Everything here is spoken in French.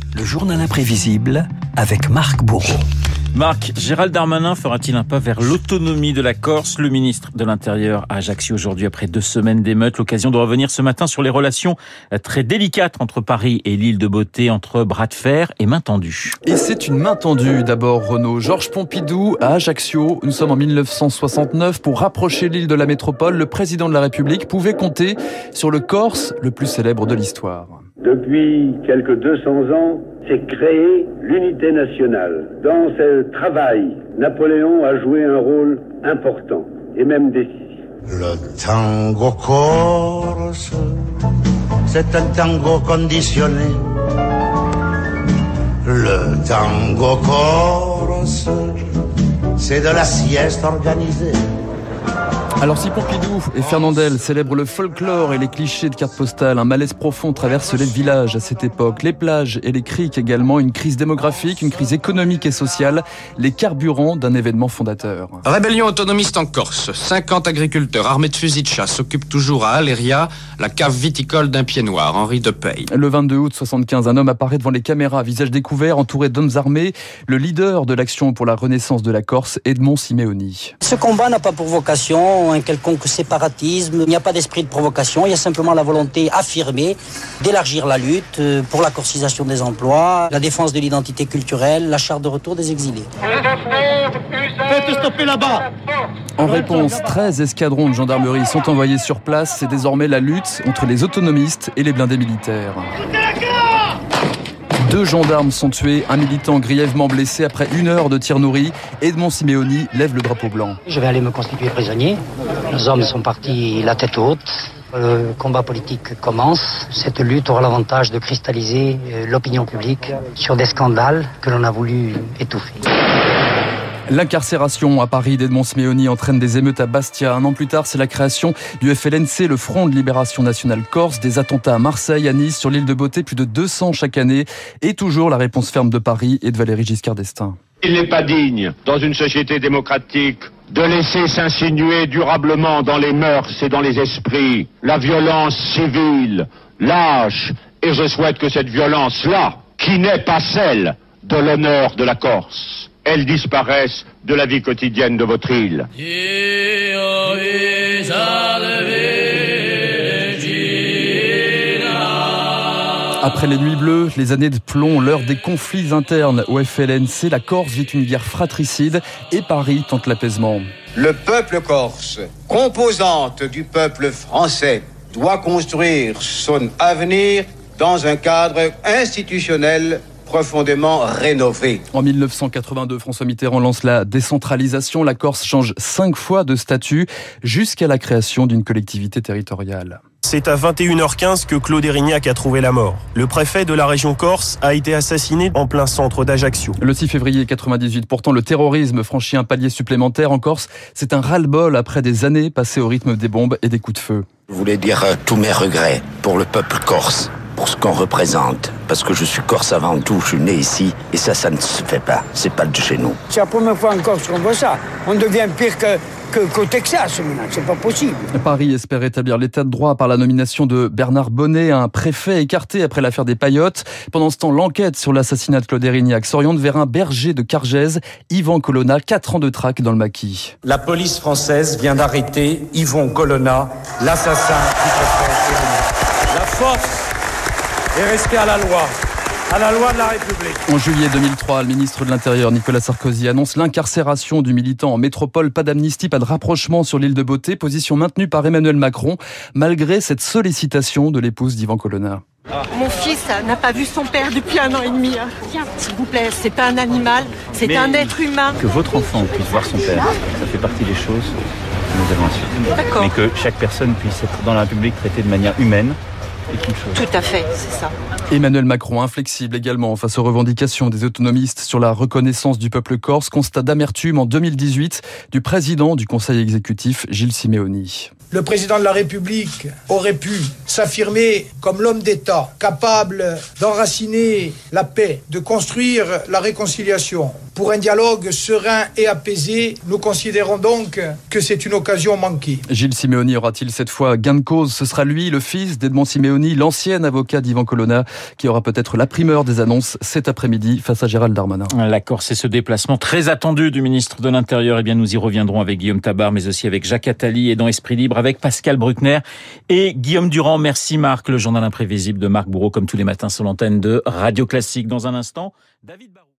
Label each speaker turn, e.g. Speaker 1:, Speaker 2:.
Speaker 1: Le journal imprévisible avec Marc Bourreau.
Speaker 2: Marc, Gérald Darmanin fera-t-il un pas vers l'autonomie de la Corse ? Le ministre de l'Intérieur à Ajaccio aujourd'hui après 2 semaines d'émeutes. L'occasion de revenir ce matin sur les relations très délicates entre Paris et l'île de Beauté, entre bras de fer et main tendue.
Speaker 3: Et c'est une main tendue d'abord, Renaud. Georges Pompidou à Ajaccio. Nous sommes en 1969. Pour rapprocher l'île de la métropole, le président de la République pouvait compter sur le Corse le plus célèbre de l'histoire.
Speaker 4: Depuis quelques 200 ans, s'est créée l'unité nationale. Dans ce travail, Napoléon a joué un rôle important et même décisif.
Speaker 5: Le tango corse, c'est un tango conditionné. Le tango corse, c'est de la sieste organisée.
Speaker 3: Alors si Pompidou et Fernandel célèbrent le folklore et les clichés de cartes postales, un malaise profond traverse les villages à cette époque. Les plages et les criques également, une crise démographique, une crise économique et sociale, les carburants d'un événement fondateur.
Speaker 6: Rébellion autonomiste en Corse. 50 agriculteurs armés de fusils de chasse occupent toujours à Aléria la cave viticole d'un pied noir, Henri de Peille.
Speaker 3: Le 22 août 75, un homme apparaît devant les caméras, visage découvert, entouré d'hommes armés. Le leader de l'action pour la renaissance de la Corse, Edmond Simeoni.
Speaker 7: Ce combat n'a pas pour vocation un quelconque séparatisme, il n'y a pas d'esprit de provocation, il y a simplement la volonté affirmée d'élargir la lutte pour la corcisation des emplois, la défense de l'identité culturelle, la charte de retour des exilés.
Speaker 8: Faites stopper là-bas.
Speaker 3: En réponse, 13 escadrons de gendarmerie sont envoyés sur place. C'est désormais la lutte entre les autonomistes et les blindés militaires. 2 gendarmes sont tués, un militant grièvement blessé après 1 heure de tir nourri. Edmond Simeoni lève le drapeau blanc.
Speaker 7: Je vais aller me constituer prisonnier. Nos hommes sont partis la tête haute. Le combat politique commence. Cette lutte aura l'avantage de cristalliser l'opinion publique sur des scandales que l'on a voulu étouffer.
Speaker 3: L'incarcération à Paris d'Edmond Simeoni entraîne des émeutes à Bastia. 1 an plus tard, c'est la création du FLNC, le Front de Libération Nationale Corse. Des attentats à Marseille, à Nice, sur l'île de Beauté, plus de 200 chaque année. Et toujours la réponse ferme de Paris et de Valéry Giscard d'Estaing.
Speaker 9: Il n'est pas digne, dans une société démocratique, de laisser s'insinuer durablement dans les mœurs et dans les esprits la violence civile, lâche. Et je souhaite que cette violence-là, qui n'est pas celle de l'honneur de la Corse, elle disparaisse de la vie quotidienne de votre île.
Speaker 3: Après les nuits bleues, les années de plomb, l'heure des conflits internes au FLNC, la Corse vit une guerre fratricide et Paris tente l'apaisement.
Speaker 10: Le peuple corse, composante du peuple français, doit construire son avenir dans un cadre institutionnel profondément rénové.
Speaker 3: En 1982, François Mitterrand lance la décentralisation. La Corse change 5 fois de statut jusqu'à la création d'une collectivité territoriale.
Speaker 11: C'est à 21h15 que Claude Érignac a trouvé la mort. Le préfet de la région Corse a été assassiné en plein centre d'Ajaccio.
Speaker 3: Le 6 février 98, pourtant le terrorisme franchit un palier supplémentaire en Corse. C'est un ras-le-bol après des années passées au rythme des bombes et des coups de feu.
Speaker 5: Je voulais dire tous mes regrets pour le peuple corse, pour ce qu'on représente. Parce que je suis corse avant tout, je suis né ici. Et ça ne se fait pas. C'est pas de chez nous.
Speaker 12: C'est la première fois en Corse qu'on voit ça. On devient pire qu'au Texas maintenant. C'est pas possible.
Speaker 3: Paris espère établir l'état de droit par la nomination de Bernard Bonnet, un préfet écarté après l'affaire des paillotes. Pendant ce temps, l'enquête sur l'assassinat de Claude Érignac s'oriente vers un berger de Cargèse, Yvan Colonna, 4 ans de traque dans le maquis.
Speaker 13: La police française vient d'arrêter Yvan Colonna, l'assassin du préfet Érignac. La force est restée à la loi de la République.
Speaker 3: En juillet 2003, le ministre de l'Intérieur, Nicolas Sarkozy, annonce l'incarcération du militant en métropole. Pas d'amnistie, pas de rapprochement sur l'île de Beauté. Position maintenue par Emmanuel Macron, malgré cette sollicitation de l'épouse d'Yvan Colonna.
Speaker 14: Mon fils n'a pas vu son père depuis 1 an et demi. Tiens, s'il vous plaît, c'est pas un animal, c'est un être humain.
Speaker 2: Que votre enfant puisse voir son père, ça fait partie des choses que nous avons assurées.
Speaker 14: D'accord.
Speaker 2: Mais que chaque personne puisse être dans la République traitée de manière humaine.
Speaker 14: Tout à fait, c'est ça.
Speaker 3: Emmanuel Macron, inflexible également face aux revendications des autonomistes sur la reconnaissance du peuple corse, constat d'amertume en 2018 du président du Conseil exécutif, Gilles Simeoni.
Speaker 15: Le président de la République aurait pu s'affirmer comme l'homme d'État, capable d'enraciner la paix, de construire la réconciliation. Pour un dialogue serein et apaisé, nous considérons donc que c'est une occasion manquée.
Speaker 3: Gilles Simeoni aura-t-il cette fois gain de cause ? Ce sera lui, le fils d'Edmond Simeoni, Giannoni, l'ancien avocat d'Ivan Colonna, qui aura peut-être la primeur des annonces cet après-midi face à Gérald Darmanin.
Speaker 2: La Corse et ce déplacement très attendu du ministre de l'Intérieur, eh bien nous y reviendrons avec Guillaume Tabar, mais aussi avec Jacques Attali et dans Esprit Libre avec Pascal Bruckner et Guillaume Durand. Merci Marc, le journal imprévisible de Marc Bourreau comme tous les matins sur l'antenne de Radio Classique. Dans un instant, David Barou.